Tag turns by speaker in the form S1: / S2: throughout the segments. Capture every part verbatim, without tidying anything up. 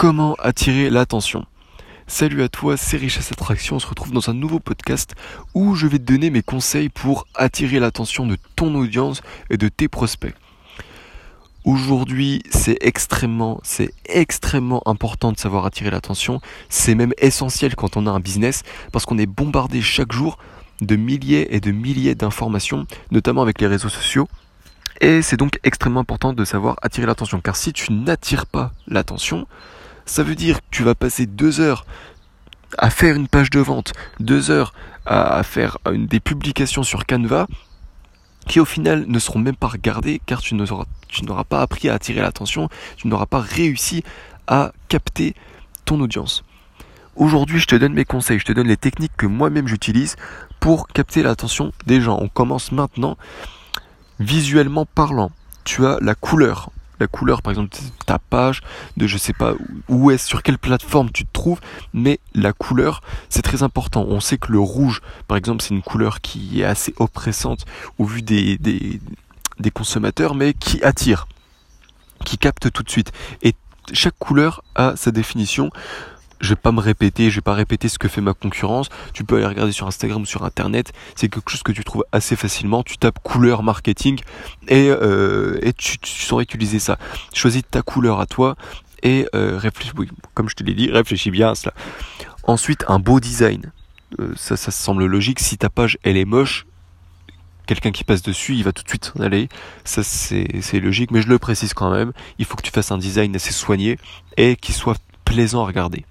S1: Comment attirer l'attention ? Salut à toi, c'est Richesse Attraction, on se retrouve dans un nouveau podcast où je vais te donner mes conseils pour attirer l'attention de ton audience et de tes prospects. Aujourd'hui, c'est extrêmement, c'est extrêmement important de savoir attirer l'attention. C'est même essentiel quand on a un business parce qu'on est bombardé chaque jour de milliers et de milliers d'informations, notamment avec les réseaux sociaux. Et c'est donc extrêmement important de savoir attirer l'attention. Car si tu n'attires pas l'attention, ça veut dire que tu vas passer deux heures à faire une page de vente, deux heures à faire une, des publications sur Canva, qui au final ne seront même pas regardées car tu n'auras, tu n'auras pas appris à attirer l'attention, tu n'auras pas réussi à capter ton audience. Aujourd'hui, je te donne mes conseils, je te donne les techniques que moi-même j'utilise pour capter l'attention des gens. On commence maintenant, visuellement parlant. Tu as la couleur. La couleur, par exemple, de ta page, de je sais pas où est, sur quelle plateforme tu te trouves, mais la couleur, c'est très important. On sait que le rouge, par exemple, c'est une couleur qui est assez oppressante au vu des, des, des consommateurs, mais qui attire, qui capte tout de suite. Et chaque couleur a sa définition. Je vais pas me répéter, je vais pas répéter ce que fait ma concurrence. Tu peux aller regarder sur Instagram ou sur Internet. C'est quelque chose que tu trouves assez facilement. Tu tapes couleur marketing et, euh, et tu, tu sauras utiliser ça. Choisis ta couleur à toi et euh, réfléchis. Oui, comme je te l'ai dit, réfléchis bien à cela. Ensuite, un beau design. Euh, ça, ça semble logique. Si ta page elle est moche, quelqu'un qui passe dessus, il va tout de suite s'en aller. Ça, c'est, c'est logique, mais je le précise quand même. Il faut que tu fasses un design assez soigné et qui soit plaisant à regarder.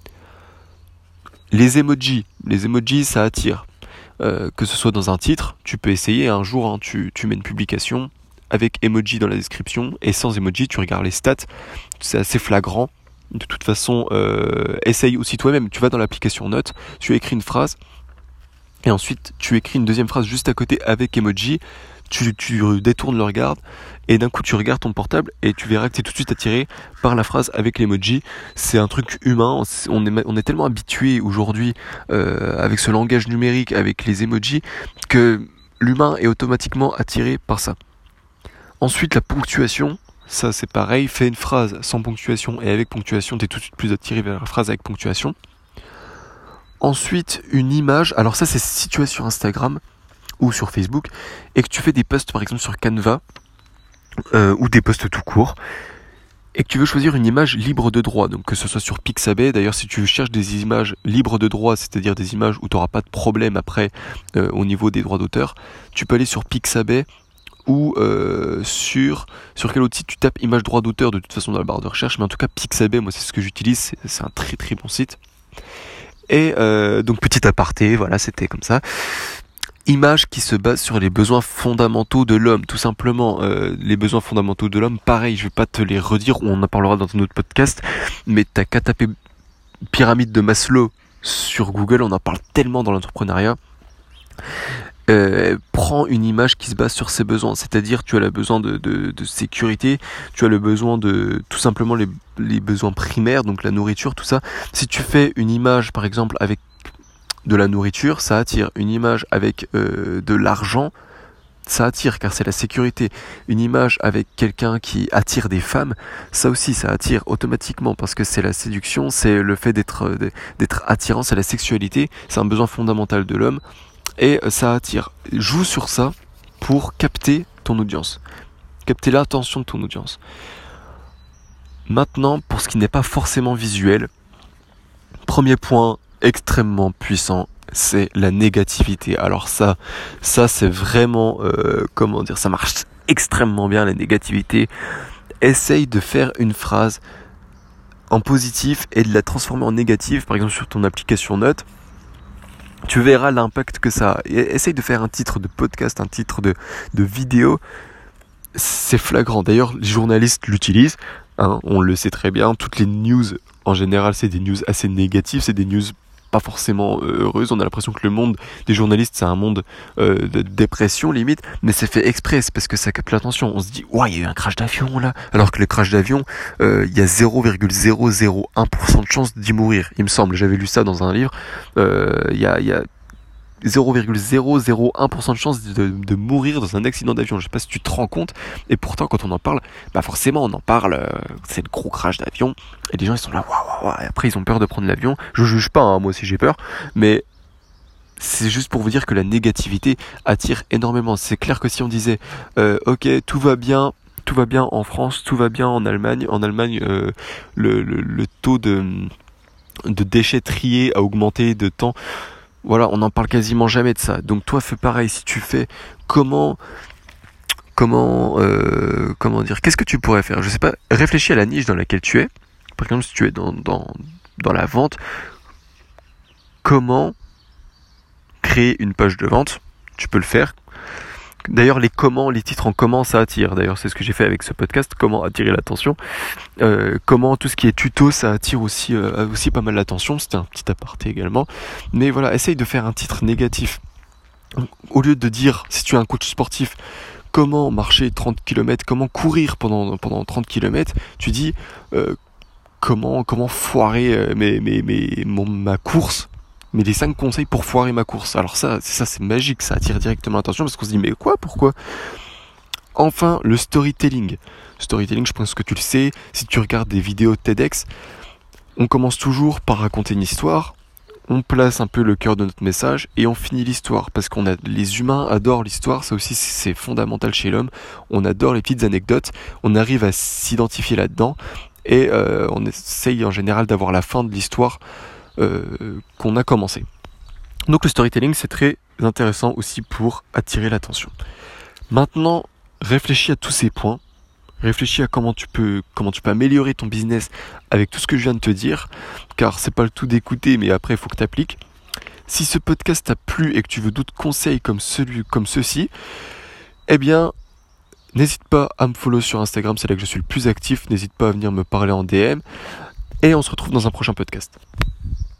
S1: Les emojis, les emojis ça attire, euh, que ce soit dans un titre, tu peux essayer un jour, hein, tu, tu mets une publication avec emoji dans la description et sans emoji tu regardes les stats, c'est assez flagrant. De toute façon, euh, essaye aussi toi-même, tu vas dans l'application Notes, tu écris une phrase et ensuite tu écris une deuxième phrase juste à côté avec emoji, tu, tu détournes le regard et d'un coup tu regardes ton portable et tu verras que tu es tout de suite attiré par la phrase avec l'emoji. C'est un truc humain, on est, on est tellement habitué aujourd'hui euh, avec ce langage numérique, avec les emojis, que l'humain est automatiquement attiré par ça. Ensuite, la ponctuation, ça c'est pareil, fais une phrase sans ponctuation et avec ponctuation, tu es tout de suite plus attiré vers la phrase avec ponctuation. Ensuite, une image, alors ça c'est si tu es sur Instagram ou sur Facebook et que tu fais des posts par exemple sur Canva euh, ou des posts tout court et que tu veux choisir une image libre de droit, donc que ce soit sur Pixabay. D'ailleurs, si tu cherches des images libres de droit, c'est-à-dire des images où tu n'auras pas de problème après euh, au niveau des droits d'auteur, tu peux aller sur Pixabay ou euh, sur sur quel autre site tu tapes image droit d'auteur de toute façon dans la barre de recherche, mais en tout cas Pixabay, moi c'est ce que j'utilise, c'est, c'est un très très bon site. Et euh, donc petit aparté, voilà, c'était comme ça. Image qui se base sur les besoins fondamentaux de l'homme, tout simplement. Euh, les besoins fondamentaux de l'homme, pareil, je vais pas te les redire, on en parlera dans un autre podcast, mais t'as qu'à taper pyramide de Maslow sur Google, on en parle tellement dans l'entrepreneuriat. Euh, prends une image qui se base sur ses besoins, c'est-à-dire tu as le besoin de, de, de sécurité, tu as le besoin de tout simplement les, les besoins primaires, donc la nourriture, tout ça. Si tu fais une image par exemple avec de la nourriture, ça attire. Une image avec euh, de l'argent, ça attire car c'est la sécurité. Une image avec quelqu'un qui attire des femmes, ça aussi ça attire automatiquement parce que c'est la séduction, c'est le fait d'être d'être attirant, c'est la sexualité, c'est un besoin fondamental de l'homme et ça attire. Joue sur ça pour capter ton audience, capter l'attention de ton audience. Maintenant, pour ce qui n'est pas forcément visuel, premier point extrêmement puissant, c'est la négativité. Alors ça, ça c'est vraiment, euh, comment dire, ça marche extrêmement bien la négativité. Essaye de faire une phrase en positif et de la transformer en négative, par exemple sur ton application Notes. Tu verras l'impact que ça a. Et essaye de faire un titre de podcast, un titre de, de vidéo. C'est flagrant. D'ailleurs, les journalistes l'utilisent. Hein, on le sait très bien. Toutes les news, en général, c'est des news assez négatives. C'est des news pas forcément euh, heureuses. On a l'impression que le monde des journalistes, c'est un monde euh, de dépression limite. Mais c'est fait exprès. C'est parce que ça capte l'attention. On se dit, ouais, il y a eu un crash d'avion là. Alors que le crash d'avion, euh, il y a zéro virgule zéro zéro un pour cent de chance d'y mourir. Il me semble. J'avais lu ça dans un livre. Euh, il y a... Il y a zéro virgule zéro zéro un pour cent de chance de, de mourir dans un accident d'avion. Je sais pas si tu te rends compte. Et pourtant, quand on en parle, bah forcément, on en parle. Euh, c'est le gros crash d'avion. Et les gens, ils sont là, waouh, waouh, waouh. Et après, ils ont peur de prendre l'avion. Je juge pas, hein, moi aussi j'ai peur. Mais c'est juste pour vous dire que la négativité attire énormément. C'est clair que si on disait, euh, ok, tout va bien, tout va bien en France, tout va bien en Allemagne. En Allemagne, euh, le, le, le taux de, de déchets triés a augmenté de temps. Voilà, on n'en parle quasiment jamais de ça. Donc toi, fais pareil. Si tu fais, comment, comment, euh, comment dire, qu'est-ce que tu pourrais faire? Je sais pas. Réfléchis à la niche dans laquelle tu es. Par exemple, si tu es dans dans dans la vente, comment créer une page de vente? Tu peux le faire. D'ailleurs, les comment, les titres en comment, ça attire. D'ailleurs, c'est ce que j'ai fait avec ce podcast, comment attirer l'attention. Euh, comment tout ce qui est tuto, ça attire aussi, euh, aussi pas mal l'attention. C'était un petit aparté également. Mais voilà, essaye de faire un titre négatif. Au lieu de dire, si tu es un coach sportif, comment marcher trente kilomètres, comment courir pendant, pendant trente kilomètres, tu dis euh, comment, comment foirer euh, mes, mes, mes, mon, ma course. Mais les cinq conseils pour foirer ma course. Alors ça, c'est ça, c'est magique, ça attire directement l'attention parce qu'on se dit mais quoi, pourquoi? Enfin, le storytelling. Storytelling, je pense que tu le sais. Si tu regardes des vidéos TEDx, on commence toujours par raconter une histoire. On place un peu le cœur de notre message et on finit l'histoire parce qu'on a les humains adorent l'histoire. Ça aussi, c'est fondamental chez l'homme. On adore les petites anecdotes. On arrive à s'identifier là-dedans et euh, on essaye en général d'avoir la fin de l'histoire. Euh, qu'on a commencé. Donc le storytelling, c'est très intéressant aussi pour attirer l'attention. Maintenant, réfléchis à tous ces points. Réfléchis à comment tu peux comment tu peux améliorer ton business avec tout ce que je viens de te dire, car c'est pas le tout d'écouter, mais après il faut que tu appliques. Si ce podcast t'a plu et que tu veux d'autres conseils comme celui comme ceux-ci, eh bien n'hésite pas à me follow sur Instagram, c'est là que je suis le plus actif. N'hésite pas à venir me parler en D M et on se retrouve dans un prochain podcast.